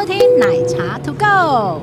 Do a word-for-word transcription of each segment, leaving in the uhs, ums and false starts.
收听奶茶 To Go。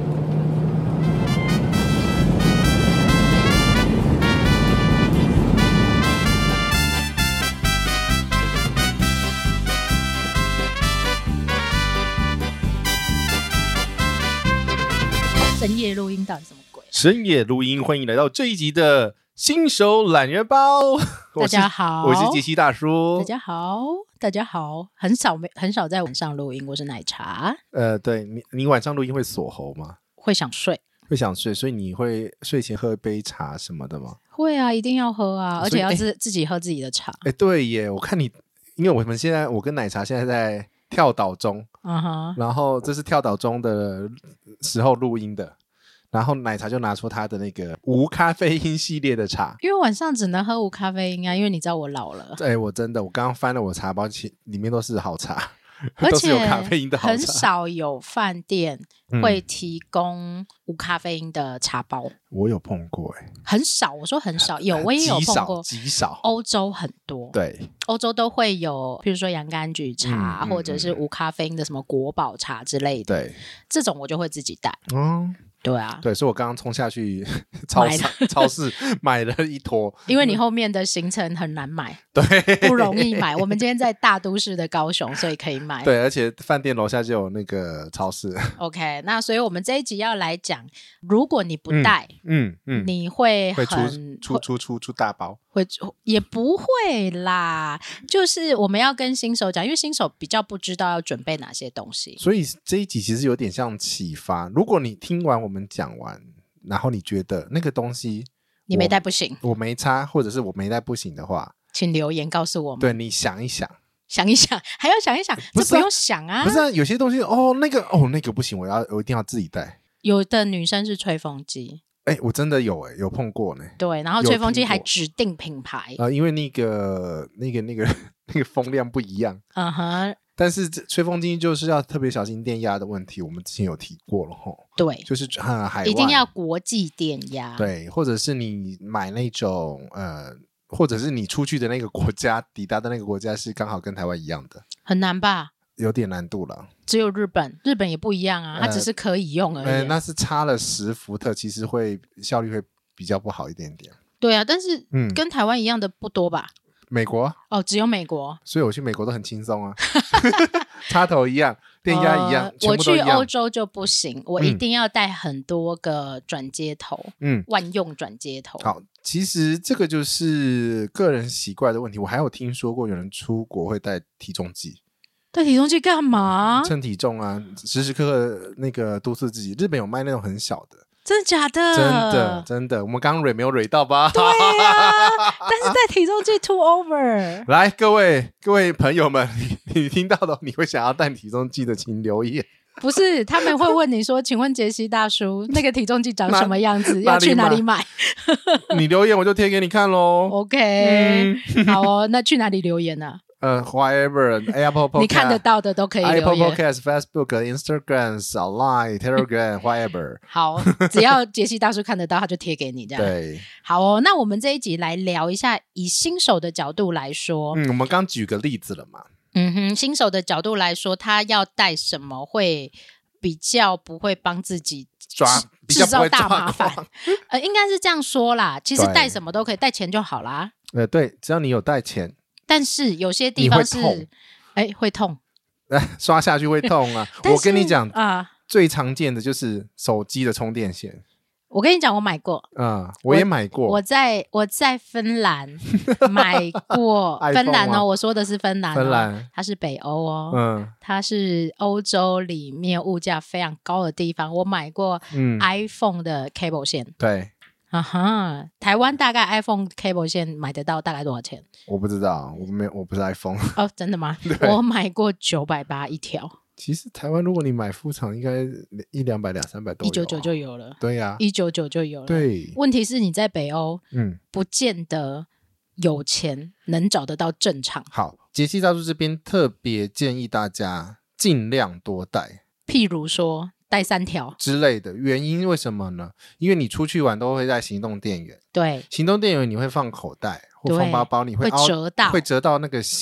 深夜录音到底什么鬼？ 深夜录音，欢迎来到这一集的新手懒人包。 大家好， 我是杰西大叔。 大家好，大家好，很少没很少在晚上录音，我是奶茶。 呃，对你，你晚上录音会锁喉吗？ 会想睡， 会想睡，所以你会睡前喝一杯茶什么的吗？ 会啊，一定要喝啊，而且要自、 欸、 自己喝自己的茶。 哎，对耶，我看你，因为我们现在我跟奶茶现在在跳岛中， 嗯哼， 然后这是跳岛中的时候录音的。然后奶茶就拿出他的那个无咖啡因系列的茶， 因为晚上只能喝无咖啡因啊，因为你知道我老了。 对，我真的，我刚刚翻了我茶包，里面都是好茶， 而且都是有咖啡因的好茶。 很少有饭店会提供无咖啡因的茶包。嗯、 我有碰过哎、欸， 很少，我说很少，有我也有碰过， 极少，极少。 欧洲很多， 对， 欧洲都会有，比如说洋甘菊茶、 嗯嗯、 或者是无咖啡因的什么国宝茶之类的。 对， 这种我就会自己带。 嗯。 对啊， 对，所以我刚刚冲下去超市超市买了一坨， 因为你后面的行程很难买， 对， 不容易买。我们今天在大都市的高雄，所以可以买。 对，而且饭店楼下就有那个超市。 OK， 那所以我们这一集要来讲，如果你不带， 嗯 嗯, 嗯， 你会很会出出出出出大包， 会也不会啦，就是我们要跟新手讲，因为新手比较不知道要准备哪些东西， 所以这一集其实有点像启发。如果你听完我们讲完，然后你觉得那个东西你没带不行， 我没差，或者是我没带不行的话， 请留言告诉我们。 对，你想一想。 想一想，还要想一想， 不是、啊、 这不用想啊。 不是啊，有些东西哦，那个哦，那个不行，我要我一定要自己带。 有的女生是吹风机， 哎、欸，我真的有哎、欸，有碰过呢。 对，然后吹风机还指定品牌啊、呃，因为那个那个那个那个风量不一样。 嗯哼。 但是吹风机就是要特别小心电压的问题，我们之前有提过了吼。 对， 就是啊，海外一定要国际电压。 对，或者是你买那种呃。或者是你出去的那个国家，抵达的那个国家是刚好跟台湾一样的， 很难吧？ 有点难度了。 只有日本，日本也不一样啊，它只是可以用而已、啊呃呃。那是差了十伏特，其实会效率会比较不好一点点。 对啊，但是跟台湾一样的不多吧？ 嗯、美国哦，只有美国， 所以我去美国都很轻松啊，插头一样，电压一样，呃、全部都一样。 我去欧洲就不行，我一定要带很多个转接头，嗯，万用转接头。 好。其实这个就是个人习惯的问题。我还有听说过有人出国会带体重计， 带体重计干嘛？ 称体重啊，时时刻刻那个督促自己。日本有卖那种很小的， 真的假的？ 真的真的。我们刚刚蕊没有蕊到吧？ 对啊，但是带体重计 too over。 来，各位各位朋友们，你你听到的，你会想要带体重计的，请留言。 不是，他们会问你说请问杰西大叔那个体重计长什么样子，要去哪里买？ 你留言我就贴给你看咯。 OK、嗯、好哦，那去哪里留言呢、啊？ 呃 whatever Apple Podcast 你看得到的都可以留言， Apple Podcast Facebook Instagram Line Telegram whatever 好，只要杰西大叔看得到他就贴给你这样。 对， 好哦，那我们这一集来聊一下以新手的角度来说， 嗯，我们刚举个例子了嘛。 嗯哼，新手的角度来说，他要带什么会比较不会帮自己抓制造大麻烦？呃，应该是这样说啦。其实带什么都可以，带钱就好啦。 呃，对，只要你有带钱。 但是有些地方是，哎，会痛， 刷下去会痛啊！我跟你讲啊， 最常见的就是手机的充电线。 我跟你讲，我买过， 嗯，我也买过。 我, 我在我在芬兰买过，芬兰哦，我说的是芬兰、哦， 芬兰， 它是北欧哦， 嗯， 它是欧洲里面物价非常高的地方。我买过 iPhone 的 cable 线， 嗯、对， 啊哈，台湾大概 iPhone cable 线买得到大概多少钱？ 我不知道，我没有，我不是 iPhone。 哦，真的吗？我买过九百八一条。 其实台湾如果你买副厂，应该一两百、两三百都有，一九九就有了。 对呀、啊， 一九九就有了。 对， 问题是你在北欧， 嗯， 不见得有钱能找得到正厂。 好，杰西大叔这边特别建议大家尽量多带， 譬如说带三条之类的。原因为什么呢？因为你出去玩都会带行动电源， 对， 行动电源你会放口袋或放包包，你会会折到， 会折到那个线。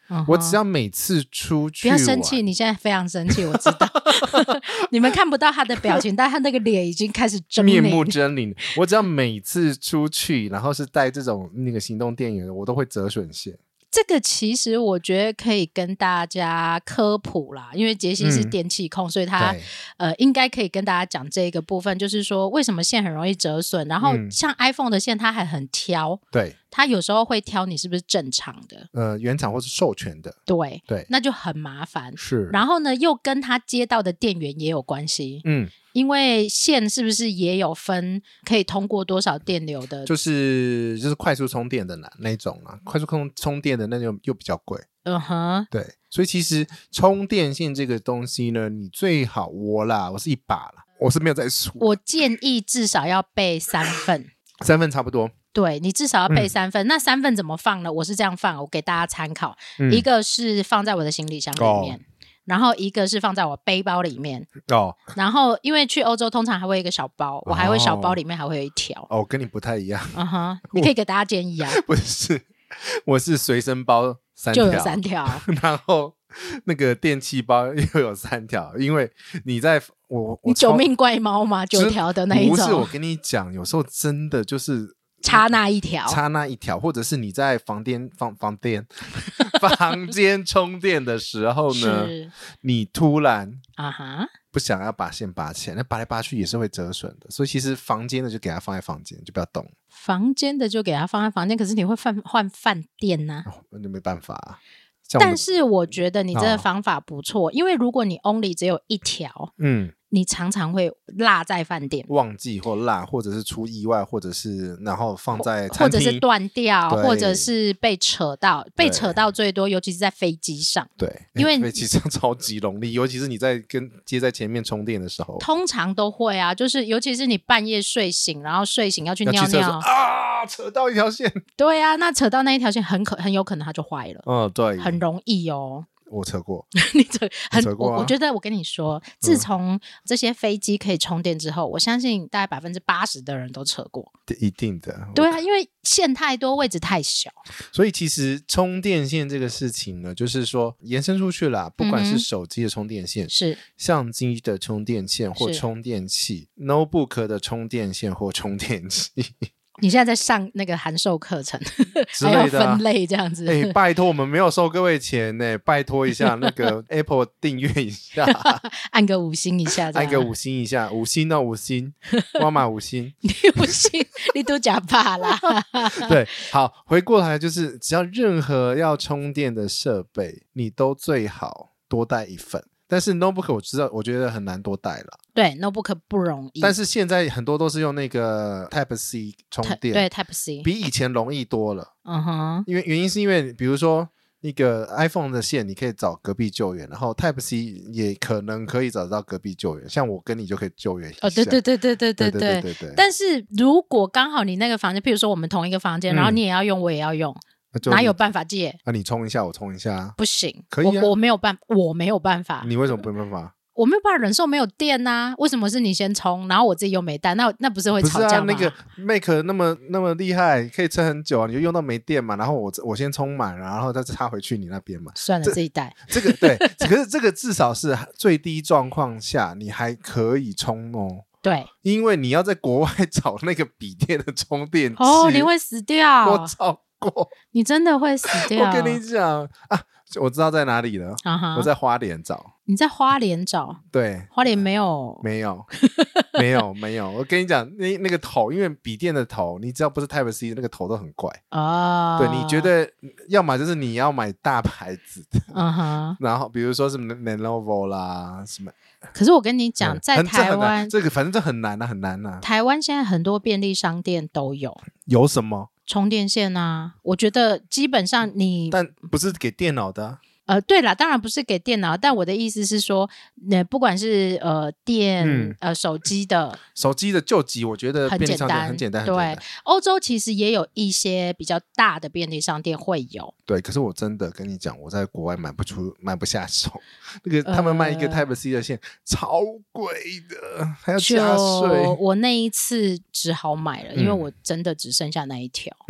嗯、 我只要每次出去不要生气，你现在非常生气，我知道。你们看不到他的表情，但他那个脸已经开始狰狞， 面目狰狞。我只要每次出去，然后是带这种那个行动电源的，我都会折损线。 这个其实我觉得可以跟大家科普啦，因为杰西是电气控、嗯、所以他呃应该可以跟大家讲这个部分，就是说为什么线很容易折损，然后像 iPhone 的线它还很挑， 对， 它有时候会挑你是不是正常的， 呃，原厂或是授权的， 对对， 那就很麻烦。 是， 然后呢，又跟它接到的电源也有关系，嗯。因为线是不是也有分可以通过多少电流的， 就是就是快速充电的那那种啊，快速充充电的那种又比较贵。 嗯哼， 对，所以其实充电线这个东西呢，你最好我啦，我是一把啦，我是没有在数， 我建议至少要备三份， 三份差不多。 对，你至少要备三份、嗯、那三份怎么放呢？我是这样放，我给大家参考、嗯、一个是放在我的行李箱里面、哦，然后一个是放在我背包里面哦，然后因为去欧洲通常还会有一个小包，我还会小包里面还会有一条哦，跟你不太一样。 嗯哼，你可以给大家建议啊。 不是，我是随身包三条， 就有三条， 然后那个电器包又有三条，因为你在我我你九命怪猫嘛，九条的那一种。 不是，我跟你讲，有时候真的就是差那一条， 差那一条，或者是你在房间房房间房间充电的时候呢，你突然啊哈不想要把线拔起来，那拔来拔去也是会折损的，所以其实房间的就给它放在房间，就不要动。 房间的就给它放在房间，可是你会换换饭店呢、啊哦， 那就没办法、啊。 但是我觉得你这个方法不错、哦，因为如果你 only 只有一条，嗯。你常常会落在饭店， 忘记或落，或者是出意外，或者是然后放在餐厅，或者是断掉，或者是被扯到，被扯到最多，尤其是在飞机上。 对，因为飞机上超级容易，尤其是你在跟接在前面充电的时候， 通常都会啊，就是尤其是你半夜睡醒，然后睡醒要去尿尿啊，扯到一条线。 对啊，那扯到那一条线很可很有可能它就坏了。 嗯，对， 很容易哦。 我扯过， 你扯很扯过、啊、 我, 我觉得我跟你说，自从这些飞机可以充电之后，嗯、我相信大概百分之八十的人都扯过， 一定的。 对啊，因为线太多，位置太小， 所以其实充电线这个事情呢，就是说延伸出去啦，不管是手机的充电线，是、嗯、相机的充电线或充电器 ，notebook 的充电线或充电器。 你现在在上那个函授课程还要分类这样子、 欸、拜托我们没有收各位钱呢，拜托一下那个 Apple 订阅一下按个五星一下， 按个五星一下，五星哦五星妈妈五星你五星你都假怕啦对，好，回过来就是只要任何要充电的设备你都最好多带一份，但是 notebook 我知道我觉得很难多带了， 对 notebook 不容易， 但是现在很多都是用那个 Type C 充电， 对 Type C 比以前容易多了。 嗯哼， 因为原因是因为比如说那个 iPhone 的线你可以找隔壁救援，然后 Type C 也可能可以找到隔壁救援，像我跟你就可以救援一下。 哦，对对对对对对对对对对。但是如果刚好你那个房间，譬如说我们同一个房间、嗯，然后你也要用，我也要用。哪有办法借？ 啊，你充一下，我充一下， 不行， 可以、啊、 我我没有办，我没有办法。 你为什么没有办法？ 我没有办法忍受没有电啊！为什么是你先充，然后我自己又没带？那那不是会吵架吗？ 不是啊，那个 Make 那么那么厉害，可以撑很久啊，你就用到没电嘛，然后我我先充满，然后再插回去你那边嘛。 算了，自己带。 这个对，可是这个至少是最低状况下，你还可以充哦。 对， 因为你要在国外找那个笔电的充电器， 哦，你会死掉。 我操！ 你真的会死掉。 我跟你讲啊，我知道在哪里了、uh-huh. 我在花莲找。 你在花莲找？ 对， 花莲没有没有没有没有我跟你讲，那那个头，因为笔电的头你只要不是 Type C 那个头都很怪啊、oh. 对，你觉得要么就是你要买大牌子的、uh-huh. 然后比如说什么 Lenovo 啦什么， 可是我跟你讲、嗯、在台湾这个反正这很难啊很难啊。 台湾现在很多便利商店都有。 有什么充电线啊？我觉得基本上你， 但不是给电脑的、啊。 呃，对啦，当然不是给电脑，但我的意思是说，那不管是呃电、嗯、呃手机的， 手机的救急，我觉得便利商店很简单， 对，欧洲其实也有一些比较大的便利商店会有。 对，可是我真的跟你讲，我在国外买不出，买不下手。那个他们卖一个 Type C 的线、呃、超贵的，还要加税。 我那一次只好买了、嗯，因为我真的只剩下那一条。 嗯。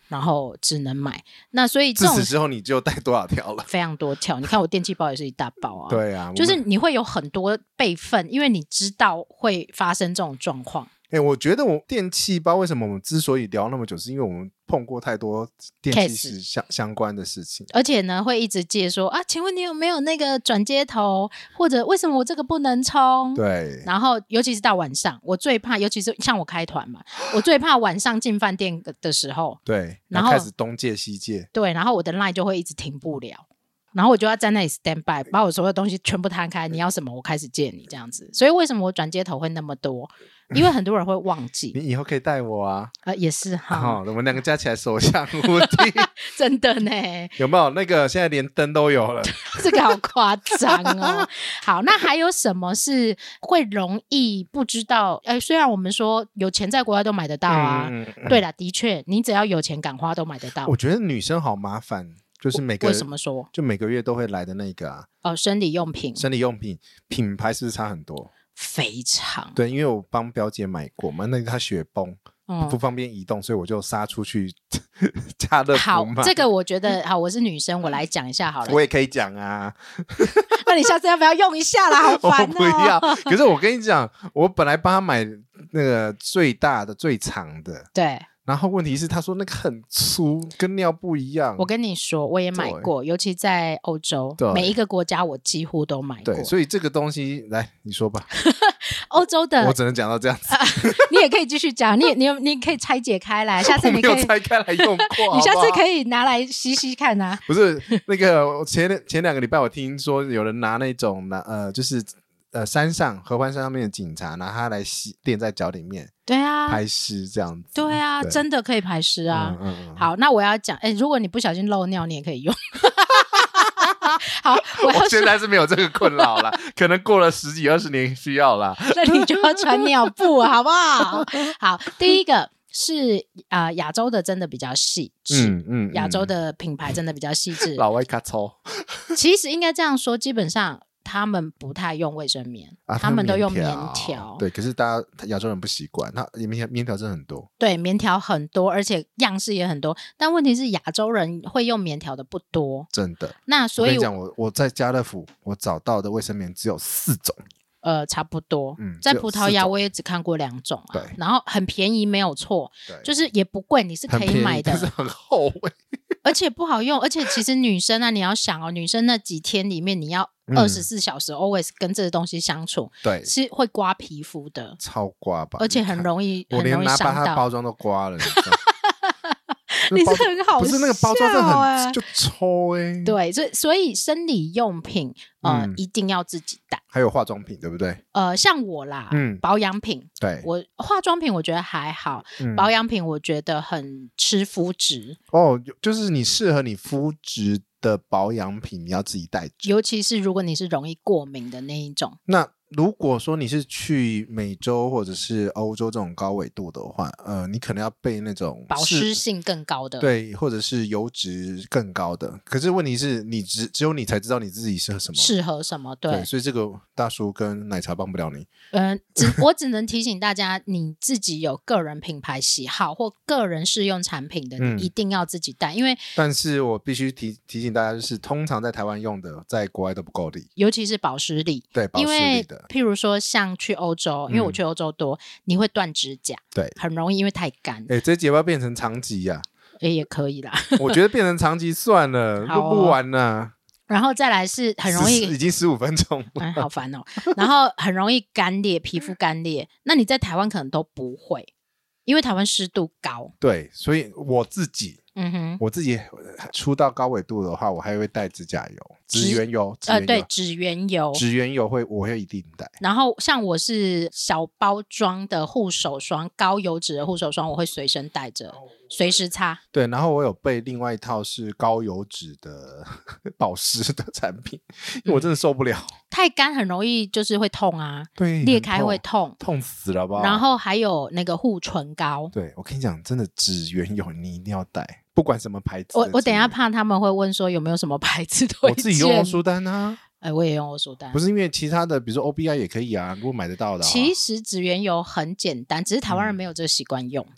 然后只能买。那所以这种自此之后你就带多少条了？ 非常多条。你看我电器包也是一大包啊。 对啊， 就是你会有很多备份，因为你知道会发生这种状况。 欸、我觉得我电器包为什么我们之所以聊那么久，是因为我们碰过太多电器相相关的事情， 而且呢会一直借说啊，请问你有没有那个转接头，或者为什么我这个不能充？ 对， 然后尤其是到晚上，我最怕，尤其是像我开团嘛，我最怕晚上进饭店的时候， 对， 然后开始东借西借， 对，然后我的 line 就会一直停不了。然后我就要在那里 stand by， 把我所有东西全部摊开，你要什么我开始借你这样子。所以为什么我转接头会那么多？因为很多人会忘记。 你以后可以带我啊。 呃，也是哈、 哦，我们两个加起来所向无敌。 真的呢。 有没有那个现在连灯都有了？ 这个好夸张哦。好，那还有什么是会容易不知道？哎，虽然我们说有钱在国外都买得到啊。嗯嗯嗯对啦，的确，你只要有钱敢花都买得到。 我觉得女生好麻烦。就是每个为什么说就每个月都会来的那个啊？ 哦，生理用品， 生理用品品牌是不是差很多？ 非常对，因为我帮表姐买过嘛，那个她雪崩、嗯、不方便移动，所以我就杀出去家乐福买。 好，这个我觉得好，我是女生，我来讲一下好了。 我也可以讲啊。 那你下次要不要用一下啦？好烦哦。 我不要。可是我跟你讲，我本来帮她买那个最大的、最长的。 对。 然后问题是他说那个很粗，跟尿布一样。 我跟你说我也买过，尤其在欧洲，每一个国家我几乎都买过。 对，所以这个东西来你说吧。 欧洲的我只能讲到这样子、啊、 你也可以继续讲。你你你可以拆解开来，下次你可以我没有拆开来用过你下次可以拿来吸吸看啊。 不是那个前前两个礼拜我听说有人拿那种拿呃就是呃山上合欢山上面的警察拿它来吸垫在脚里面。 对啊， 排湿这样子。 对啊，对真的可以排湿啊。 嗯嗯嗯好，那我要讲，哎，如果你不小心漏尿，你也可以用。好，我, 要我现在是没有这个困扰啦，可能过了十几二十年需要啦。 那你就要穿尿布，好不好？好，第一个是啊，亚、呃、洲的真的比较细致，嗯嗯，亚、嗯、洲的品牌真的比较细致。 老外卡抽， 其实应该这样说，基本上。他们不太用卫生棉、啊、他们都用棉条。 对，可是大家亚洲人不习惯，他棉棉条真的很多。 对，棉条很多，而且样式也很多。但问题是亚洲人会用棉条的不多， 真的。 那所以我跟你讲，我我在家乐福我找到的卫生棉只有四种。 呃，差不多。嗯，在葡萄牙我也只看过两种啊。 对， 然后很便宜，没有错。对，就是也不贵，你是可以买的。 但是很厚味， 而且不好用。而且其实女生啊，你要想哦，女生那几天里面，你要二十四小时 always 跟这个东西相处， 对、嗯， 是会刮皮肤的， 超刮吧。 而且很容易， 我连拿把它它包装都刮了。 你是很好笑、欸， 不是那个包装真的很就抽哎、欸。 对，所以所以生理用品呃、嗯、一定要自己带， 还有化妆品对不对？ 呃，像我啦，嗯，保养品， 对， 我化妆品我觉得还好，嗯、保养品我觉得很吃肤质。 哦，就是你适合你肤质的保养品，你要自己带着， 尤其是如果你是容易过敏的那一种。 那如果说你是去美洲或者是欧洲这种高纬度的话，呃，你可能要备那种保湿性更高的， 对，或者是油脂更高的。可是问题是你只只有你才知道你自己适合什么， 适合什么， 对, 对，所以这个大叔跟奶茶帮不了你。 嗯、呃，只我只能提醒大家，你自己有个人品牌喜好或个人试用产品的，你一定要自己带，嗯、因为但是我必须提提醒大家，就是通常在台湾用的，在国外都不够力， 尤其是保湿力， 对，保湿力的。 譬如说像去欧洲，因为我去欧洲多、嗯、你会断指甲， 对， 很容易因为太干。 哎、欸，这集要不要变成长集呀、啊？ 哎、欸，也可以啦。我觉得变成长集算了，录、哦、不完了。 然后再来是很容易， 已经十五分钟了、 哎，好烦哦。然后很容易干裂，皮肤干裂。那你在台湾可能都不会，因为台湾湿度高。 对，所以我自己。嗯哼，我自己出到高纬度的话，我还会带指甲油、指缘油， 呃，对，指缘油， 指缘油会我会一定带。 然后像我是小包装的护手霜，高油脂的护手霜，我会随身带着，随时擦。 对，然后我有备另外一套是高油脂的保湿的产品，因为我真的受不了，嗯、 太干很容易就是会痛啊， 对， 裂开会痛， 痛死了吧？ 然后还有那个护唇膏， 对我跟你讲，真的指缘油你一定要带。不管什么牌子， 我我等一下怕他们会问说有没有什么牌子推荐。 我自己用欧舒丹啊， 哎、欸，我也用欧舒丹。 不是因为其他的，比如说 O B I 也可以啊，如果买得到的。 其实指缘油很简单，只是台湾人没有这个习惯用、 嗯。对，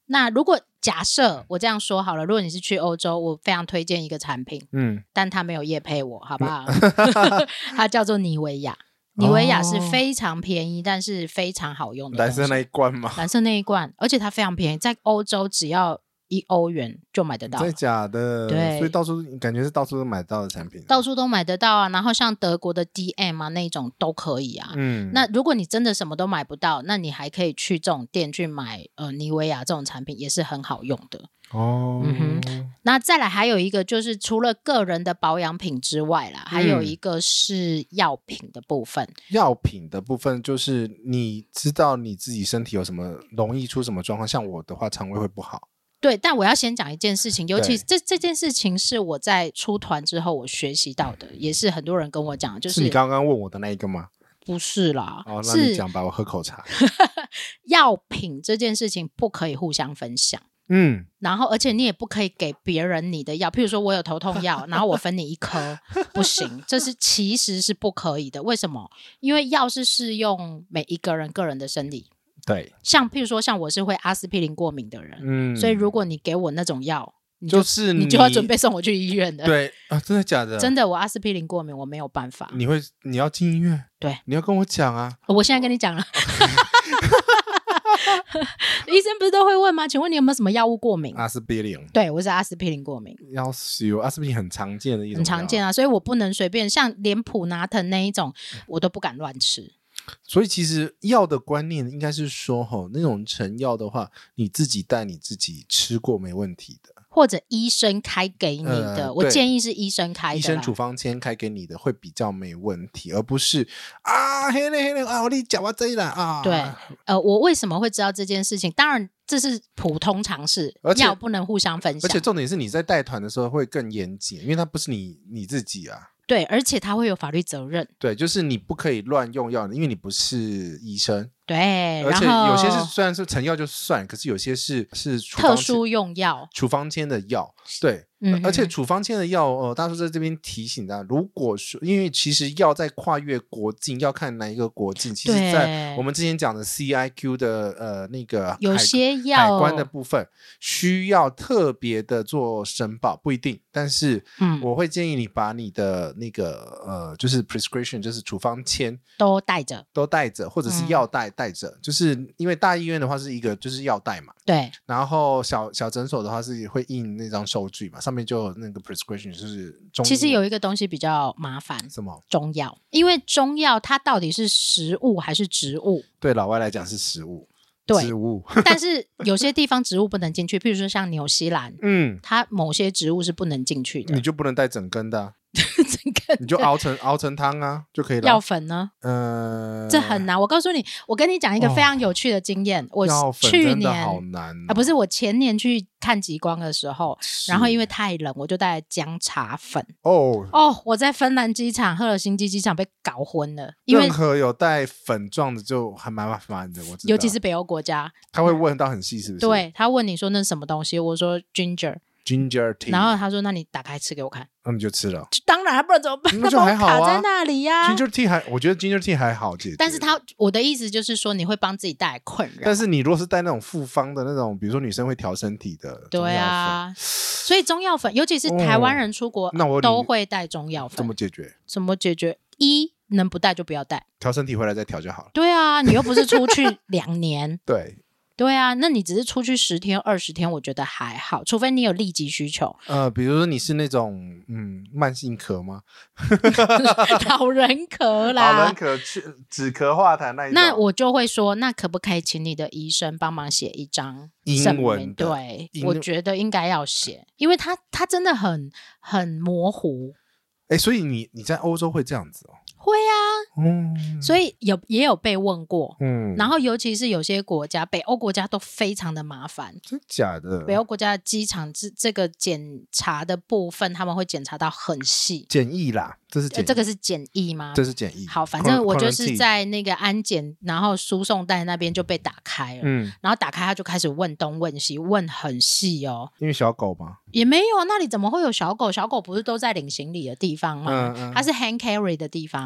那如果假设我这样说好了，如果你是去欧洲，我非常推业一个产品，嗯，但他没有业配我，好不好？它叫做妮维雅。妮维雅是非常便宜、哦、但是非常好用的东西。 蓝色那一罐吗？ 蓝色那一罐，而且它非常便宜，在欧洲只要一欧元就买得到。 真的假的？ 对， 所以到处感觉是到处都买得到的产品、啊、 到处都买得到啊。然后像德国的 D M 啊那种都可以啊。嗯，那如果你真的什么都买不到，那你还可以去这种店去买呃妮维雅这种产品，也是很好用的。哦，嗯哼，那再来还有一个就是除了个人的保养品之外啦，还有一个是药品的部分。 药品的部分就是你知道你自己身体有什么容易出什么状况，像我的话肠胃会不好。 对，但我要先讲一件事情，尤其这这件事情是我在出团之后我学习到的，也是很多人跟我讲，就是是你刚刚问我的那一个吗？ 不是啦。 哦，那你讲吧，我喝口茶。 药品这件事情不可以互相分享。 嗯， 然后而且你也不可以给别人你的药，譬如说我有头痛药，然后我分你一颗，不行，这是其实是不可以的。为什么？因为药是适用每一个人个人的生理。 对， 像譬如说像我是会阿司匹林过敏的人，嗯，所以如果你给我那种药，你就、 就是你, 你就要准备送我去医院的。 对啊，真的假的？ 真的，我阿司匹林过敏，我没有办法。 你会你要进医院？ 对， 你要跟我讲啊。 我现在跟你讲了。医生不是都会问吗？请问你有没有什么药物过敏？ 阿司匹林。 对，我是阿司匹林过敏。 要死，阿司匹林很常见的一种， 很常见啊，所以我不能随便像连普拿疼那一种，我都不敢乱吃。 所以其实药的观念应该是说，吼，那种成药的话，你自己带你自己吃过没问题的。 或者医生开给你的、呃、我建议是医生开的， 医生处方签开给你的会比较没问题，而不是啊黑嘞黑嘞啊，我你讲我这一啦啊。 对，呃，我为什么会知道这件事情？当然这是普通常识，药不能互相分享。 而且重点是你在带团的时候会更严谨，因为它不是你你自己啊。 对，而且他会有法律责任。 对，就是你不可以乱用药，因为你不是医生。 对， 而且有些是虽然是成药就算，可是有些是是特殊用药， 处方签的药。对，嗯、而且处方签的药，呃，大叔在这边提醒大家，如果说因为其实药在跨越国境，要看哪一个国境，其实在我们之前讲的 C I Q 的呃那个有些药海关的部分需要特别的做申报，不一定，但是我会建议你把你的那个呃就是 prescription 就是处方签都带着， 都带着，或者是药袋。带着，就是因为大医院的话是一个就是药袋嘛， 对， 然后小小诊所的话是会印那张收据嘛，上面就有那个 prescription 就是中。 其实有一个东西比较麻烦， 什么？ 中药，因为中药它到底是食物还是植物？ 对老外来讲是食物， 对， 植物， 但是有些地方植物不能进去，譬如说像纽西兰，嗯，它某些植物是不能进去的， 你就不能带整根的、啊。 整个你就熬成熬成汤啊就可以了。 药粉呢？呃，这很难。我告诉你，我跟你讲一个非常有趣的经验。哦、我去年好难、哦、 啊，不是我前年去看极光的时候，然后因为太冷，我就带姜茶粉。哦哦，我在芬兰机场、赫尔辛基机场被搞昏了。因为任何有带粉状的就还蛮麻烦的，我知道。 尤其是北欧国家， 他会问到很细，是不是？ 对，他问你说那是什么东西，我说 ginger。Ginger tea， 然后他说：“那你打开吃给我看。” 那你就吃了。 当然，不然怎么办？ 那就还好啊， 卡在那里呀、啊。 Ginger tea 还，我觉得 Ginger tea 还好解决。 但是他我的意思就是说，你会帮自己带来困扰。 但是你如果是带那种复方的那种，比如说女生会调身体的， 对啊，所以中药粉，尤其是台湾人出国，哦、都会带中药粉。 怎么解决？ 怎么解决？一能不带就不要带， 调身体回来再调就好了。 对啊，你又不是出去两年。 对。 对啊，那你只是出去十天二十天，我觉得还好，除非你有立即需求。 呃，比如说你是那种嗯慢性咳吗？ 老人咳啦， 老人咳止咳化痰那一种， 那我就会说，那可不可以请你的医生帮忙写一张英文的？ 对，我觉得应该要写，因为他他真的很很模糊。 哎，所以你你在欧洲会这样子哦？ 会啊，嗯，所以有也有被问过，嗯，然后尤其是有些国家，北欧国家都非常的麻烦， 真假的？ 北欧国家的机场这这个检查的部分，他们会检查到很细， 检疫啦，这是检疫、呃、 这个是检疫吗？ 这是检疫。 好，反正我就是在那个安检，然后输送带那边就被打开了，嗯，然后打开他就开始问东问西，问很细哦， 因为小狗嘛。 也没有，那里怎么会有小狗？小狗不是都在领行李的地方吗？嗯嗯，它是 hand carry 的地方。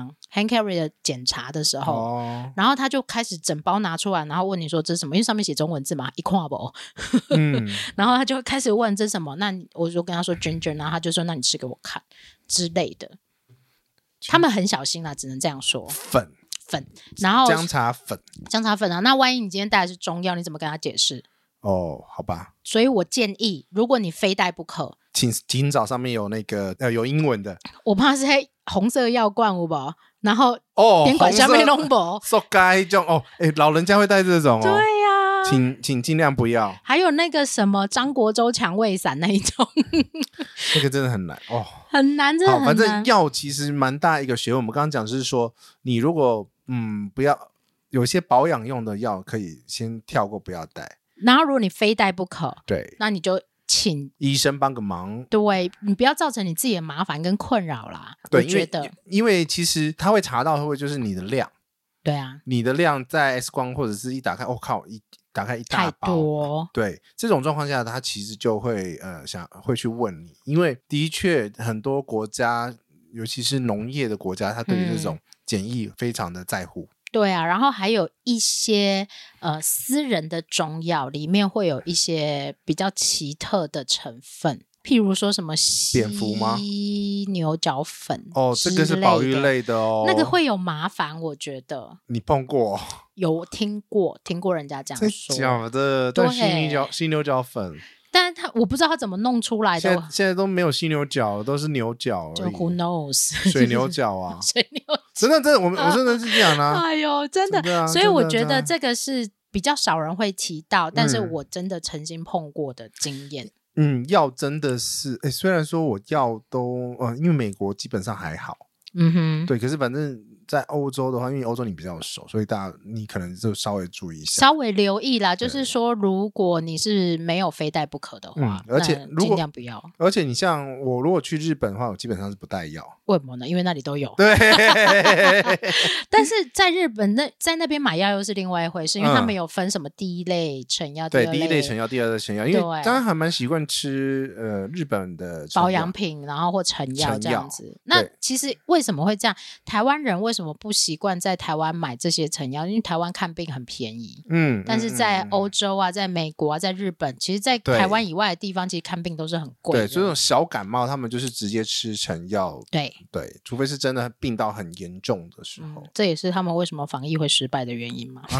场 hand carry 的检查的时候、哦、然后他就开始整包拿出来，然后问你说这是什么，因为上面写中文字嘛，一看不嗯然后他就开始问这是什么，那我就跟他说 ginger， 然后他就说那你吃给我看之类的，他们很小心啦，只能这样说。 粉粉，然后姜茶粉， 姜茶粉啊，那万一你今天带的是中药，你怎么跟他解释？ 哦，好吧。所以我建议，如果你非带不可， 请请找上面有那个呃有英文的。 我怕是黑红色药罐，有无？然后边管下面弄不， so该种哦，哎，老人家会带这种哦。 对呀、 啊，请请尽量不要。 还有那个什么张国周蔷薇散那一种， 那个真的很难哦， 很难，真的很难。 反正药其实蛮大一个学问。我们刚刚讲是说，你如果嗯不要有些保养用的药，可以先跳过，不要带。 然后如果你非带不可， 对， 那你就请医生帮个忙。 对，你不要造成你自己的麻烦跟困扰啦。 对， 我觉得因为因为其实他会查到会不会就是你的量。 对啊， 你的量在 X 光或者是一打开，我、哦、靠，一打开一大包， 太多。 对，这种状况下，他其实就会呃想会去问你，因为的确很多国家，尤其是农业的国家，他对于这种检疫非常的在乎。嗯对啊，然后还有一些呃私人的中药里面会有一些比较奇特的成分，譬如说什么蝙蝠吗？ 牛角粉哦，这个是保育类的哦， 那个会有麻烦，我觉得。 你碰过？ 有听过，听过人家这样说。 假的，对，犀牛角犀牛角粉。 但是他我不知道他怎么弄出来的， 现在现在都没有犀牛角，都是牛角而已， 就 who knows 水牛角啊， 水牛角真的真的，我我真的是这样啊， 哎呦，真的， 真的啊、 所以我觉得这个是比较少人会提到，但是我真的曾经碰过的经验。 嗯，药真的是，哎，虽然说我药都，呃，因为美国基本上还好， 嗯哼， 对，可是反正在欧洲的话，因为欧洲你比较熟，所以大家你可能就稍微注意一下， 稍微留意啦。就是说，如果你是没有非带不可的话， 嗯、而且尽量不要。 而且你像我，如果去日本的话，我基本上是不带药。 为什么呢？因为那里都有。 对， 但是在日本那在那边买药又是另外一回事，因为他们有分什么第一类成药， 对， 第第一类成药，第二类成药，因为大家还蛮习惯吃呃日本的保养品，然后或成药这样子。那其实为什么会这样？台湾人为什么不习惯在台湾买这些成药？因为台湾看病很便宜，嗯，但是在欧洲啊，在美国啊，在日本，其实在台湾以外的地方，其实看病都是很贵的。 对，所以这种小感冒，他们就是直接吃成药。 对对，除非是真的病到很严重的时候， 嗯、这也是他们为什么防疫会失败的原因嘛。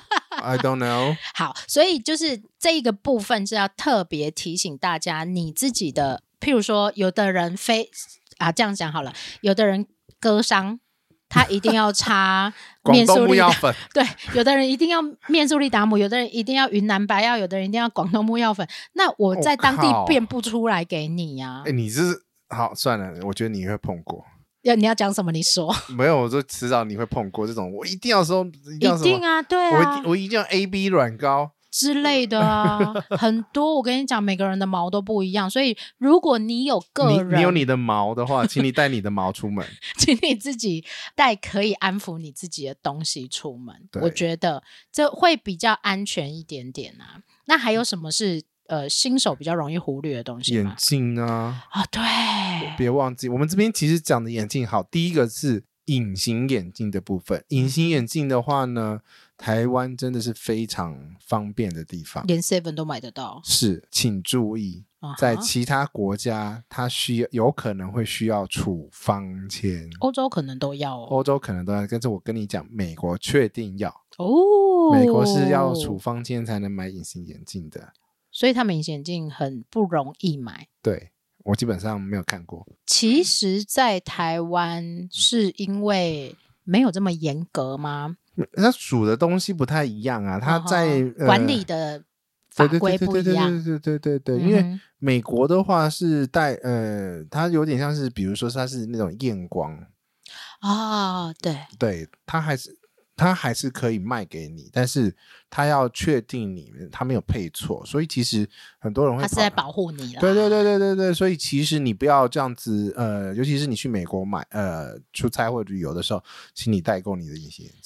I don't know 好，所以就是这一个部分是要特别提醒大家，你自己的，譬如说，有的人非啊这样讲好了，有的人割伤，他一定要擦面速力达粉， 对，有的人一定要面速力达姆，有的人一定要云南白药，有的人一定要广东木药粉。那我在当地变不出来给你呀、啊。 哎、哦，你是好算了，我觉得你会碰过。 要你要讲什么？你说没有，我说迟早你会碰过这种。我一定要说，一定要一定啊，对啊， 我我一定要 A B 软膏之类的啊，很多。我跟你讲，每个人的毛都不一样，所以如果你有个人， 你, 你有你的毛的话，请你带你的毛出门， 请你自己带可以安抚你自己的东西出门。我觉得这会比较安全一点点啊。那还有什么是？呃，新手比较容易忽略的东西吗？ 眼镜啊， 啊、哦，对， 别忘记，我们这边其实讲的眼镜好，第一个是隐形眼镜的部分。隐形眼镜的话呢，台湾真的是非常方便的地方， 连 seven 都买得到。 是，请注意，uh-huh. 在其他国家，它需要有可能会需要处方签， 欧洲可能都要哦， 欧洲可能都要。但是我跟你讲，美国确定要哦， 美国是要处方签才能买隐形眼镜的。 所以他们隐形眼镜很不容易买。 对，我基本上没有看过。 其实在台湾是因为没有这么严格吗？ 它数的东西不太一样啊，它在、 哦呃、管理的法规不一样。 对对对对对对对对、嗯、因为美国的话是带呃，它有点像是比如说它是那种验光啊、哦，对对，它还是它还是可以卖给你，但是它要确定你它没有配错，所以其实很多人会， 它是在保护你啦。 对对对对对对，所以其实你不要这样子，呃，尤其是你去美国买呃出差或旅游的时候，请你带够你的隐形眼镜。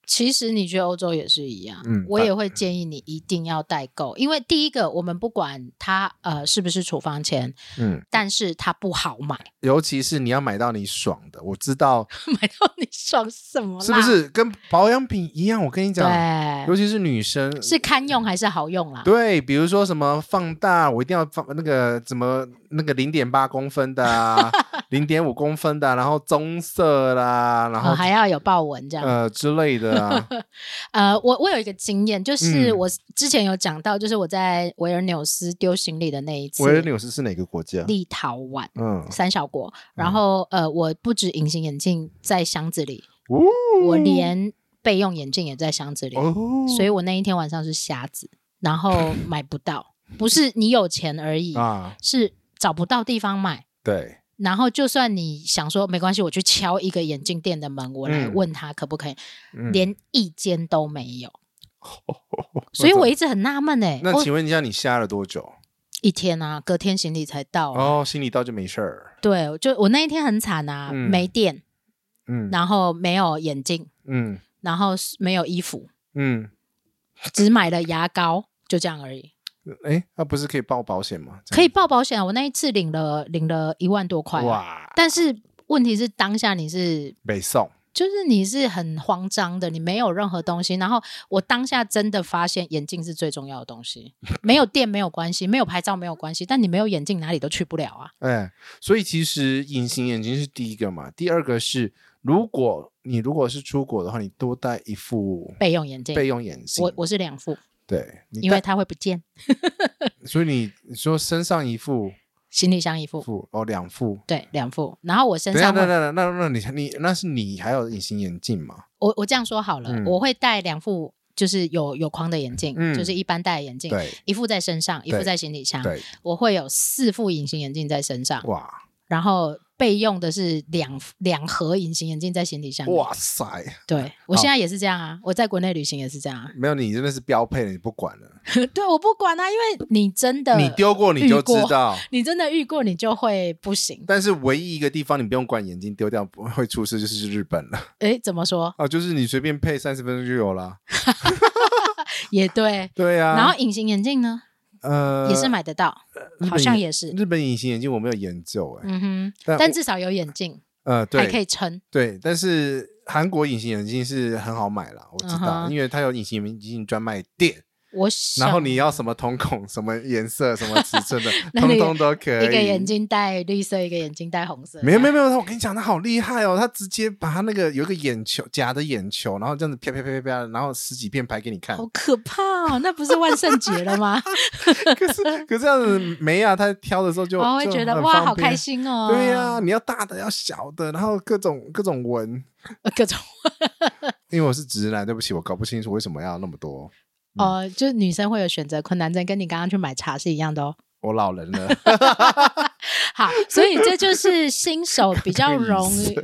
其实你去欧洲也是一样、嗯、我也会建议你一定要代购，因为第一个我们不管它呃是不是处方签，嗯，但是它不好买， 尤其是你要买到你爽的。我知道买到你爽什么啦， 是不是跟保养品一样？我跟你讲，对，尤其是女生是堪用还是好用啦？ 对，比如说什么放大，我一定要放那个怎么那个 零点八 公分的啊零点五 公分的、啊、然后棕色啦，然后、 哦、还要有豹纹这样呃之类的啊呃，我我有一个经验，就是我之前有讲到，就是我在维尔纽斯丢行李的那一次。 维尔纽斯是哪个国家？ 立陶宛，嗯，三小国。然后、嗯、呃，我不止隐形眼镜在箱子里、哦、我连备用眼镜也在箱子里、哦、所以我那一天晚上是瞎子，然后买不到不是你有钱而已、啊、是找不到地方买。 对，然后就算你想说没关系，我去敲一个眼镜店的门，我来问他可不可以、嗯、连一间都没有、嗯、所以我一直很纳闷欸。 那请问一下你瞎了多久？ 一天啊，隔天行李才到、啊、 哦，行李到就没事儿。 对，就我那一天很惨啊、嗯、没电，嗯，然后没有眼镜，嗯，然后没有衣服，嗯，只买了牙膏，就这样而已。 哎，那、啊、不是可以报保险吗？ 可以报保险啊！我那一次领了领了一万多块、啊，哇！但是问题是当下你是没送， 就是你是很慌张的，你没有任何东西。然后我当下真的发现眼镜是最重要的东西，没有电没有关系，没有拍照没有关系，但你没有眼镜哪里都去不了啊！ 哎，所以其实隐形眼镜是第一个嘛，第二个是如果你如果是出国的话，你多带一副备用眼镜， 备用眼镜， 我我是两副。 对， 因为它会不见所以你说身上一副， 行李箱一副， 哦，两副， 对，两副。然后我身上那那那那那你你那是你还有隐形眼镜吗？ 我我这样说好了、嗯、我会戴两副就是有有框的眼镜、嗯、就是一般戴的眼镜，对，一副在身上，一副在行李箱，对，我会有四副隐形眼镜在身上，哇，然后备用的是两两盒隐形眼镜在行李箱。 哇塞！ 对，我现在也是这样啊，我在国内旅行也是这样啊。 没有，你真的是标配了，你不管了。 对，我不管啊，因为你真的你丢过你就知道， 你真的遇过你就会不行。 但是唯一一个地方你不用管眼镜丢掉不会出事就是日本了。 诶，怎么说啊？就是你随便配三十分钟就有了。 也对， 对啊。 然后隐形眼镜呢？呃，也是买得到，好像也是。 日本隐形眼镜我没有研究、欸，嗯哼，但, 但至少有眼镜，呃，对，还可以撑。 对，但是韩国隐形眼镜是很好买啦，我知道，嗯、因为它有隐形眼镜专卖店。 我然后你要什么瞳孔、什么颜色、什么尺寸的，通通都可以。 一个眼睛戴绿色，一个眼睛戴红色。 没有没有没有，我跟你讲，他好厉害哦！他直接把他那个有一个眼球假的眼球，然后这样子啪啪啪啪啪，然后十几片拍给你看。 好可怕哦！那不是万圣节了吗？ 可是可是这样子没啊，他挑的时候就我会觉得哇，好开心哦。 对呀、啊，你要大的，要小的，然后各种各种纹， 各种。 因为我是直男，对不起，我搞不清楚为什么要那么多。 哦、呃，就是女生会有选择困难症，跟你刚刚去买茶是一样的哦。 我老人了。 好，所以这就是新手比较容易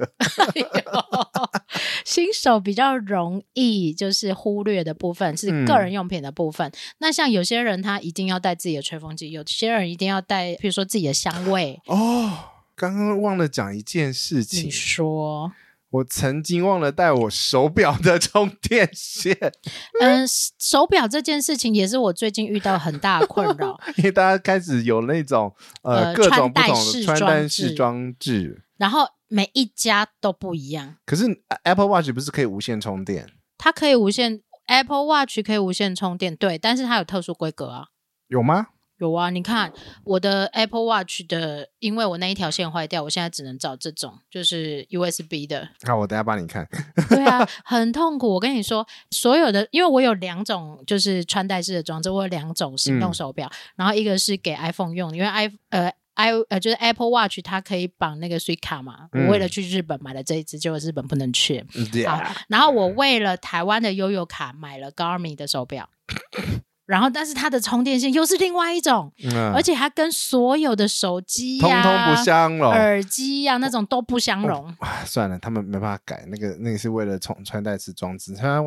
新手比较容易就是忽略的部分是个人用品的部分、嗯、那像有些人他一定要带自己的吹风机，有些人一定要带比如说自己的香味。 哦，刚刚忘了讲一件事情。 你说。 我曾经忘了带我手表的充电线。 嗯，手表这件事情也是我最近遇到很大的困扰。 因为大家开始有那种呃各种不同的穿戴式装置， 然后每一家都不一样。 可是 Apple Watch 不是可以无线充电？ 它可以无线 Apple Watch 可以无线充电，对，但是它有特殊规格啊。 有吗？ 有啊，你看我的 Apple Watch 的，因为我那一条线坏掉，我现在只能找这种就是 U S B 的。 好，我等一下帮你看。 对啊，很痛苦。我跟你说，所有的，因为我有两种就是穿戴式的装置，我有两种行动手表、嗯、然后一个是给 iPhone 用，因为 i 呃 i 呃就是 Apple Watch 它可以绑那个 Suica 卡嘛、嗯、我为了去日本买了这一支，结果日本不能去、嗯、好，然后我为了台湾的悠游卡买了 Garmin 的手表。然后但是它的充电线又是另外一种、嗯、而且它跟所有的手机呀、啊、 通通不相容， 耳机呀、啊、那种都不相容、 哦、算了，他们没办法改，那个那个是为了穿戴式装置，穿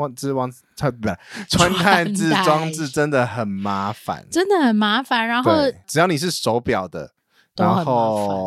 戴式装置真的很麻烦， 真的很麻烦。然后只要你是手表的，然后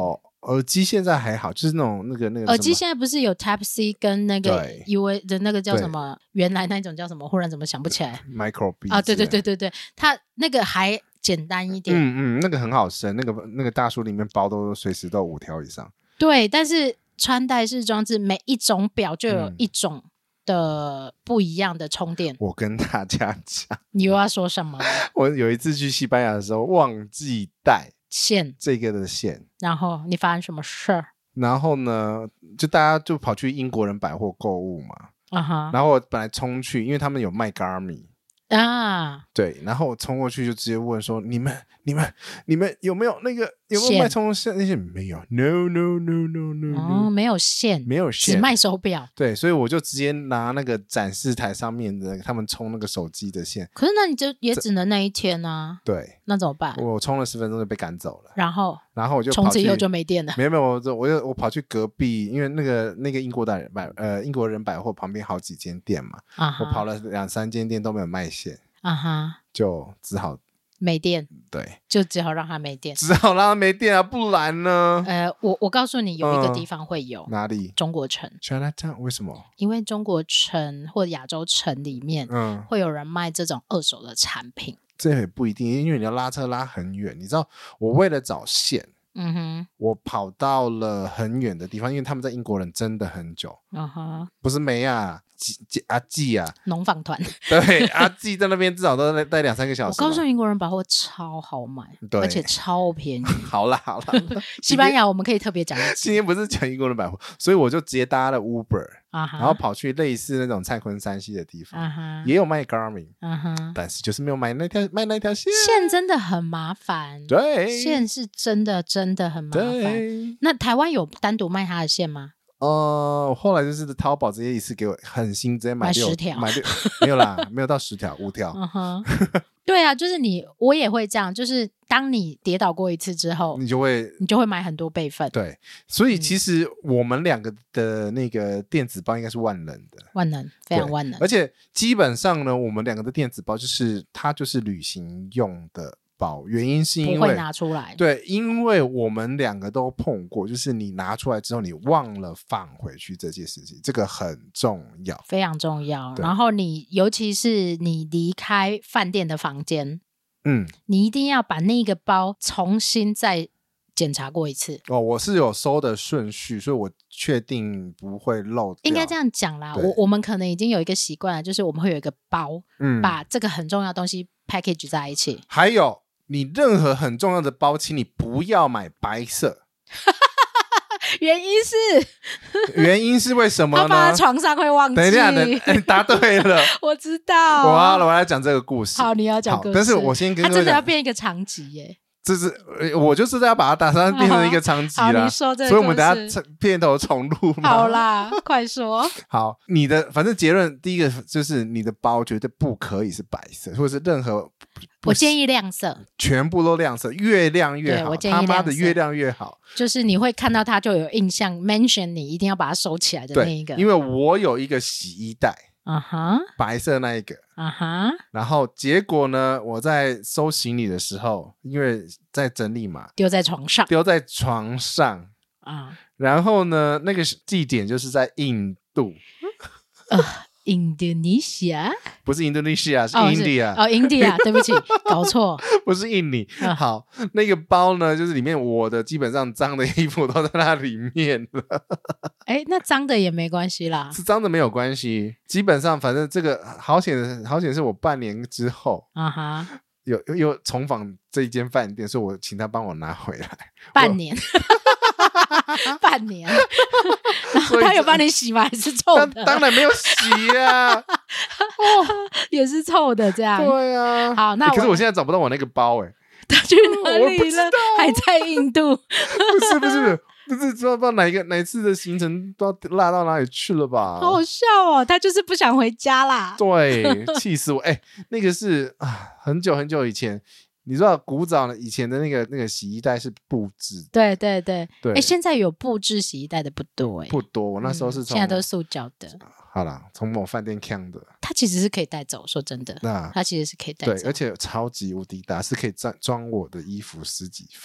耳机现在还好，就是那种那个那个耳机现在不是有 Type C 跟那个 U A 的那个叫什么？原来那种叫什么？忽然怎么想不起来 ？Micro B 啊，对对对对对，它那个还简单一点。 嗯嗯，那个很好升，那个那个大书里面包都随时都有五条以上。 对，但是穿戴式装置每一种表就有一种的不一样的充电。 嗯、我跟大家讲， 你又要说什么？ 我有一次去西班牙的时候忘记带线， 这个的线， 然后你发生什么事儿？ 然后呢，就大家就跑去英国人百货购物嘛， 啊哈， 然后我本来冲去，因为他们有卖 Garmin 啊， 对，然后我冲过去就直接问说：“你们、你们、你们有没有那个有没有卖充线那些？没有 ，no no no no no， 哦，没有线， 没有线， 只卖手表。 对，所以我就直接拿那个展示台上面的他们充那个手机的线。 可是那你就也只能那一天啊。 对， 那怎么办？ 我充了十分钟就被赶走了。 然后， 然后我就从此以后就没电了。 没有没有，我我就我跑去隔壁，因为那个那个英国的百呃英国人百货旁边好几间店嘛，啊、我跑了两三间店都没有卖线。啊哈，就只好没电， 对， 就只好让它没电， 只好让它没电啊，不然呢？ 呃，我我告诉你，有一个地方会有、 嗯、哪里？ 中国城 Chinatown 为什么？ 因为中国城或亚洲城里面，嗯，会有人卖这种二手的产品。 这也不一定，因为你要拉车拉很远，你知道，我为了找线。嗯哼，我跑到了很远的地方，因为他们在英国人真的很久。嗯哼，不是梅啊，阿季啊， 农访团。 对，阿季在那边至少都待两三个小时。 我告诉你，英国人百货超好买，而且超便宜。 好啦好啦， 西班牙我们可以特别讲一次。 今天不是讲英国人百货，所以我就直接搭了 Uber。Uh-huh. 然后跑去类似那种蔡坤山西的地方， uh-huh. 也有卖 Garmin， uh-huh. 但是就是没有买那条卖那条线， 线真的很麻烦。 对， 线是真的真的很麻烦。那台湾有单独卖它的线吗？ 呃，后来就是淘宝直接一次给我很新，直接买六买十条， 买六没有啦，没有到十条，五条。 uh-huh. 对啊，就是你，我也会这样，就是当你跌倒过一次之后， 你就会你就会买很多备份。 对，所以其实我们两个的那个电子包应该是万能的， 万能，非常万能。 而且基本上呢，我们两个的电子包就是它就是旅行用的包，原因是因为不会拿出来。 对，因为我们两个都碰过，就是你拿出来之后你忘了放回去这件事情，这个很重要， 非常重要。然后你尤其是你离开饭店的房间，嗯，你一定要把那个包重新再检查过一次。 哦，我是有收的顺序，所以我确定不会漏掉。 应该这样讲啦，我我们可能已经有一个习惯了，就是我们会有一个包，嗯，把这个很重要的东西 package 在一起。 还有你任何很重要的包，请你不要买白色。 原因是原因是为什么呢？ 他放在床上会忘记。 等一下，等、欸、答对了， 我知道。 我要我要讲这个故事。 好，你要讲故事。 但是我先跟各位讲， 他真的要变一个长集耶。 这是我就是要把它打算变成一个长集啦。 你说这个， 所以我们等一下片头重录嘛。 好啦，快说。 好，你的反正结论第一个就是你的包绝对不可以是白色，或者是任何。 我建议亮色， 全部都亮色，越亮越好。 我建议亮色， 他妈的越亮越好。 就是你会看到它就有印象 ，mention 你一定要把它收起来的那一个。 因为我有一个洗衣袋。 啊哈， 白色那一个， 啊哈， 然后结果呢，我在收行李的时候，因为在整理嘛， 丢在床上， 丢在床上啊，然后呢，那个地点就是在印度， 呃，印度尼西亚不是印度尼西亚，是印度啊， 哦，印度啊，对不起，搞错， 不是印尼。好，那个包呢，就是里面我的基本上脏的衣服都在那里面了。 哎，那脏的也没关系啦， 是脏的没有关系，基本上反正这个好险的，好险是我半年之后啊哈，有又重访这一间饭店，所以我请他帮我拿回来。 半年，半年，然后他有帮你洗吗？还是臭的？ 当然没有洗啊，哦， 也是臭的这样。 对啊， 好，那、 欸、可是我现在找不到我那个包哎、欸， 他去哪里了？还在印度？ 不是不是。不是知道不知道哪一个哪一次的行程不知道落到哪里去了吧？ 好好笑哦，他就是不想回家啦。 对，气死我！哎、欸，那个是啊，很久很久以前，你知道古早以前的那个那个洗衣袋是布制， 对对对对。 哎、欸，现在有布制洗衣袋的不多哎、欸， 不多。我那时候是从、 嗯、现在都是塑胶的。 好啦，从某饭店扛的， 它其实是可以带走，说真的，那它其实是可以带走， 对，而且超级无敌大，是可以装装我的衣服十几份。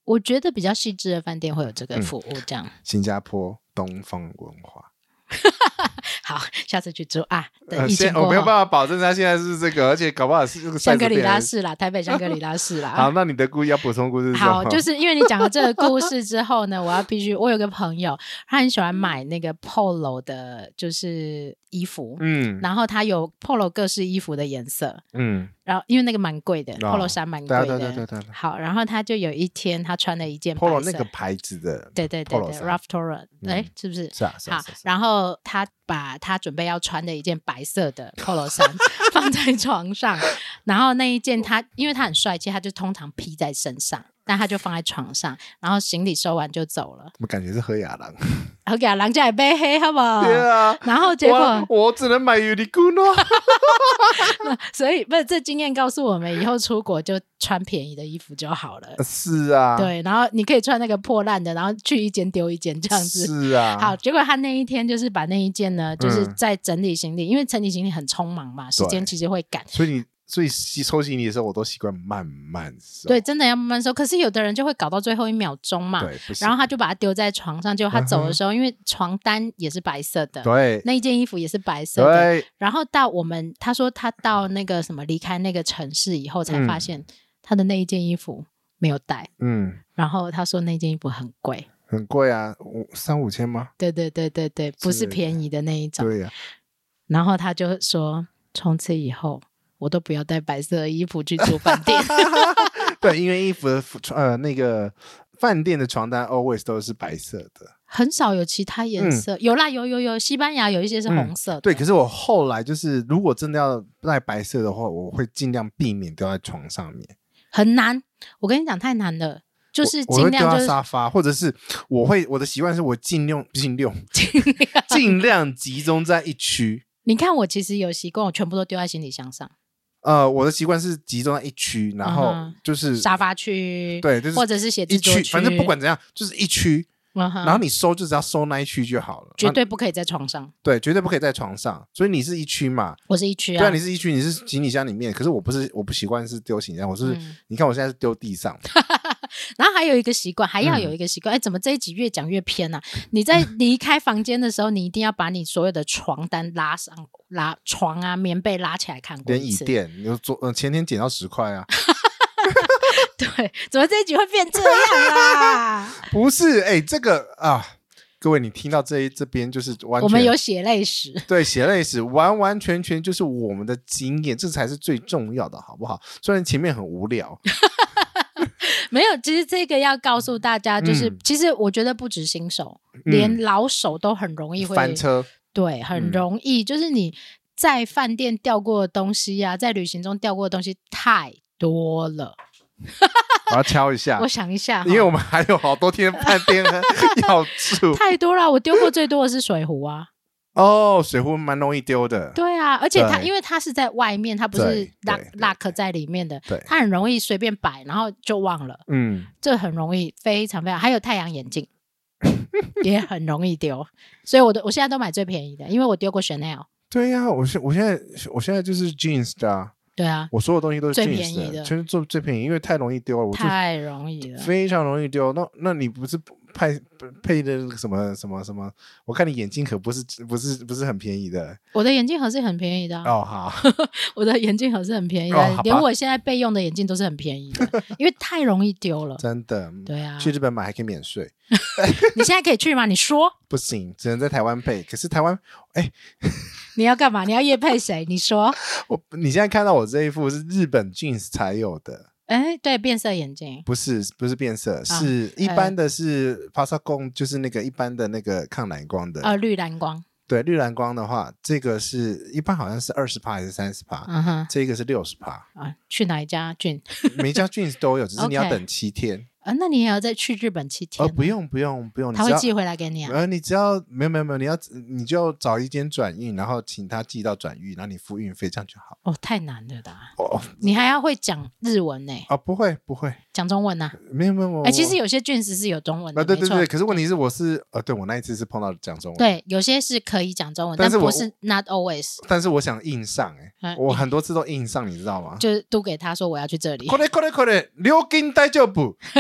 我觉得比较细致的饭店会有这个服务，这样、嗯、 新加坡东方文化好，下次去住啊。等疫情过后、 呃、我没有办法保证他现在是这个，而且搞不好是这个香格里拉市啦，台北香格里拉市啦。 好，那你的故意要补充故事是什么？ 好，就是因为你讲了这个故事之后呢，我要必须，我有个朋友，他很喜欢买那个 Polo 的，就是衣服，嗯，然后他有 Polo 各式衣服的颜色，嗯，然后因为那个蛮贵的、哦、Polo 衫蛮贵的， 对对对对对。 好，然后他就有一天他穿了一件 Polo 那个牌子的， 对对对对 Ralph Lauren， 哎、嗯，是不是？ 是啊，是啊。 好，然后他把他准备要穿的一件白色的 Polo 衫放在床上，然后那一件他因为他很帅气，他就通常披在身上，但他就放在床上，然后行李收完就走了。 我感觉是喝雅郎， 喝雅郎家也背黑，好不好？ 对啊。 然后结果我, 我只能买 Uniqlo 所以不是这经验告诉我们，以后出国就穿便宜的衣服就好了。 是啊， 对，然后你可以穿那个破烂的，然后去一间丢一间这样子。 是啊。 好，结果他那一天就是把那一件呢，就是在整理行李，嗯、因为整理行李很匆忙嘛，时间其实会赶， 所以你。所以收行李的时候我都习惯慢慢收， 对，真的要慢慢收。可是有的人就会搞到最后一秒钟嘛， 对， 然后他就把它丢在床上，结果他走的时候、嗯、因为床单也是白色的， 对， 那一件衣服也是白色的，对。然后到我们他说他到那个什么离开那个城市以后才发现他的那一件衣服没有带，嗯，然后他说那件衣服很贵， 很贵啊，三五千吗？ 对对对对对，不是便宜的那一种， 对呀、啊。 然后他就说从此以后我都不要带白色的衣服去住饭店对，因为衣服的呃那个饭店的床单 always 都是白色的， 很少有其他颜色、嗯、有啦有有有西班牙有一些是红色的、 嗯、对，可是我后来就是如果真的要带白色的话，我会尽量避免丢在床上面， 很难，我跟你讲太难了，就是尽量、就是、 我, 我会丢在沙发，或者是我会我的习惯是我尽量尽量尽量集中在一区。你看我其实有习惯，我全部都丢在行李箱上。 呃，我的习惯是集中在一区，然后就是、 嗯、沙发区， 对，就是或者是写字桌区， 反正不管怎样，就是一区、嗯。然后你收就只要收那一区就好了， 绝对不可以在床上。 对，绝对不可以在床上。所以你是一区嘛？ 我是一区啊。 对啊，你是一区，你是行李箱里面。可是我不是，我不习惯是丢行李箱，我是、嗯、你看我现在是丢地上。 然后还有一个习惯，还要有一个习惯，哎、嗯，怎么这一集越讲越偏啊？你在离开房间的时候，你一定要把你所有的床单拉上，拉床啊、棉被拉起来看过一次。 连椅垫，你昨呃前天捡到十块啊。 对，怎么这一集会变这样啊？ 不是，哎，这个啊，各位你听到这一这边就是完全， 我们有血泪史， 对，血泪史完完全全就是我们的经验，这才是最重要的，好不好？虽然前面很无聊。 没有，其实这个要告诉大家，就是、嗯、其实我觉得不止新手、嗯，连老手都很容易会翻车， 对，很容易、嗯，就是你在饭店掉过的东西啊，在旅行中掉过的东西太多了。 我要敲一下， 我想一下， 因为我们还有好多天饭店要住， 太多了。我丢过最多的是水壶啊。 哦，水壶蛮容易丢的。 对啊，而且它因为它是在外面，它不是 lock lock 在里面的， 对， 它很容易随便摆，然后就忘了。嗯，这很容易，非常非常。还有太阳眼镜也很容易丢，所以我的我现在都买最便宜的，因为我丢过 Chanel。 对呀、啊，我现我现在我现在就是 jeans 的啊。 对啊， 我所有东西都是最便宜的， 全是做最便宜，因为太容易丢了。我太容易了， 非常容易丢。那那你不是配配的什么什么什么？我看你眼镜盒不是不是不是很便宜的。 我的眼镜盒是很便宜的、啊、 哦，好，我的眼镜盒是很便宜的、哦，连我现在备用的眼镜都是很便宜的，因为太容易丢了。 真的， 对啊， 去日本买还可以免税。 你现在可以去吗？你说不行，只能在台湾配。可是台湾，哎， 你要干嘛？你要业配谁？你说。 我你现在看到我这一副是日本 jeans 才有的。 哎，对，变色眼镜不是不是变色、啊，是一般的是 Pasacon， 就是那个一般的那个抗蓝光的。 呃，绿蓝光。 对，绿蓝光的话，这个是一般好像是二十趴还是三十趴，嗯哼，这个是六十趴。 啊，去哪一家俊？ 每一家俊都有，只是你要等七天。 啊，那你也要再去日本七天、啊？ 哦，不用不用不用， 他会寄回来给你啊。 呃，你只要没有没有没有，你要你就找一间转运，然后请他寄到转运，然后你付运费，这样就好。 哦，太难了的。哦，你还要会讲日文呢、欸？ 哦，不会不会， 讲中文啊？ 没有没有， 哎、欸，其实有些卷子是有中文的。 啊，对对对，可是问题是我是呃，对我那一次是碰到讲中文。 对，有些是可以讲中文，但, 但不是 not always。 但是我想印上哎、欸，我很多次都印上，你知道吗？ 就是都给他说我要去这里。 これこれこれ料金大丈夫。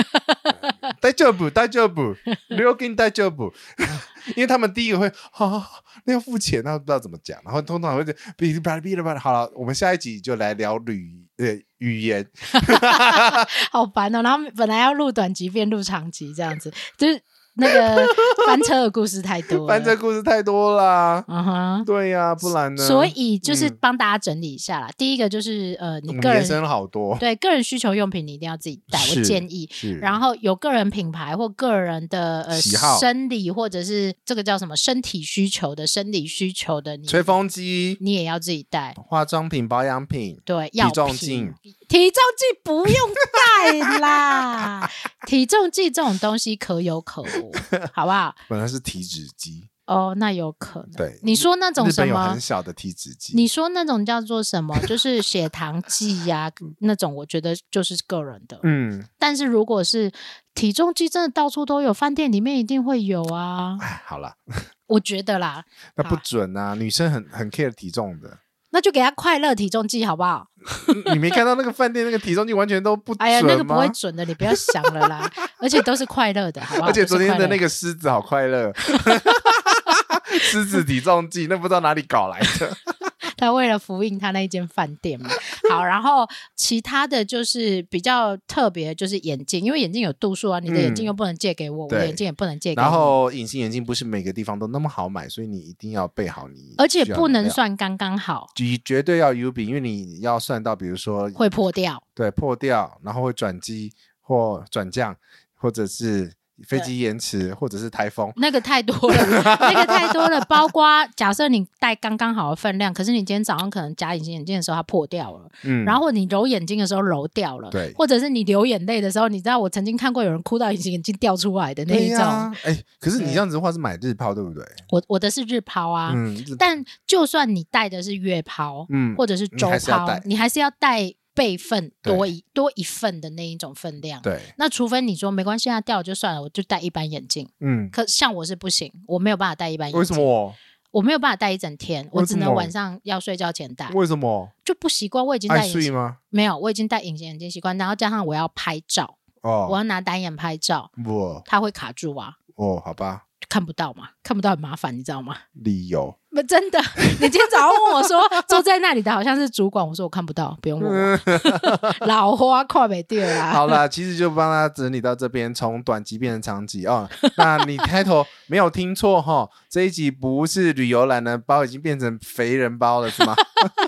大丈夫大丈夫留给你大丈夫因为他们第一个会啊那要付钱，那不知道怎么讲，然后通常会哔哩吧啦哔哩吧啦。好了，我们下一集就来聊旅呃语言好烦哦，然后本来要录短集变录长集这样子，就是那个翻车的故事太多了， 翻车故事太多啦。嗯哼，对呀、啊，不然呢？ 所以就是帮大家整理一下啦。嗯、第一个就是呃，你个人延伸了好多， 对个人需求用品你一定要自己带，我建议。然后有个人品牌或个人的呃喜好、 生理或者是这个叫什么身体需求的生理需求的你， 吹风机你也要自己带， 化妆品、保养品， 对， 体重计。 体重计不用带啦，体重计这种东西可有可无，好不好？ 本来是体脂机哦，那有可能。 对， 你说那种什么？ 日本有很小的体脂机。 你说那种叫做什么？就是血糖计呀、啊，那种我觉得就是个人的。嗯，但是如果是体重计，真的到处都有，饭店里面一定会有啊。 哎，好啦， 我觉得啦， 那不准啊，女生很很 care 体重的。 那就给他快乐体重计好不好？ 你没看到那个饭店那个体重计完全都不准吗？ 哎呀，那个不会准的，你不要想了啦。而且都是快乐的，好不好？ 而且昨天的那个狮子好快乐，狮子体重计那不知道哪里搞来的。 他为了呼应他那一间饭店嘛。好，然后其他的就是比较特别，就是眼镜，因为眼镜有度数啊，你的眼镜又不能借给我，嗯、我的眼镜也不能借给你。 然后隐形眼镜不是每个地方都那么好买，所以你一定要备好你， 而且不能算刚刚好， 你绝对要 U 比，因为你要算到，比如说会破掉， 对，破掉，然后会转机或转降，或者是飞机延迟，或者是台风， 那个太多了，那个太多了。包括假设你戴刚刚好的分量，可是你今天早上可能夹隐形眼镜的时候它破掉了，嗯，然后你揉眼睛的时候揉掉了， 对， 或者是你流眼泪的时候，你知道我曾经看过有人哭到隐形眼镜掉出来的那一种。 哎、啊，可是你这样子的话是买日抛对不对？ 我我的是日抛啊，嗯，但就算你戴的是月抛，嗯，或者是周抛，你还是要戴。备份多一多一份的那一种分量， 对。 那除非你说没关系，它掉了就算了，我就戴一般眼镜。嗯，可像我是不行，我没有办法戴一般眼镜。 为什么？ 我没有办法戴一整天，我只能晚上要睡觉前戴。 为什么？ 就不习惯。我已经戴隐形吗？ 没有，我已经戴隐形眼镜习惯，然后加上我要拍照，哦，我要拿单眼拍照，不，它会卡住啊。 哦，好吧。 看不到嘛，看不到很麻烦，你知道吗？ 理由不真的，你今天早上问我说坐在那里的好像是主管，我说我看不到，不用问我。老花快没掉啦。 好啦，其实就帮他整理到这边，从短集变成长集哦。那你开头没有听错哈，这一集不是旅游懒人包，已经变成肥人包了，是吗？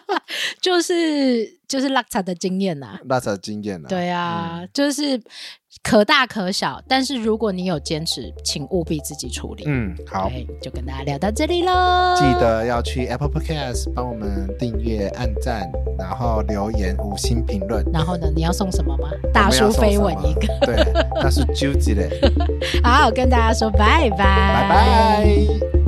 就是就是拉扯的经验呐、啊， 拉扯的经验呐、啊， 对啊，嗯、就是可大可小，但是如果你有坚持，请务必自己处理。 嗯，好， 就跟大家聊到这里咯， 记得要去 Apple Podcast 帮我们订阅、按赞，然后留言、五星评论。 然后呢，你要送什么吗？大叔飞吻一个， 对，那是纠结的。 好，跟大家说拜拜， 拜拜。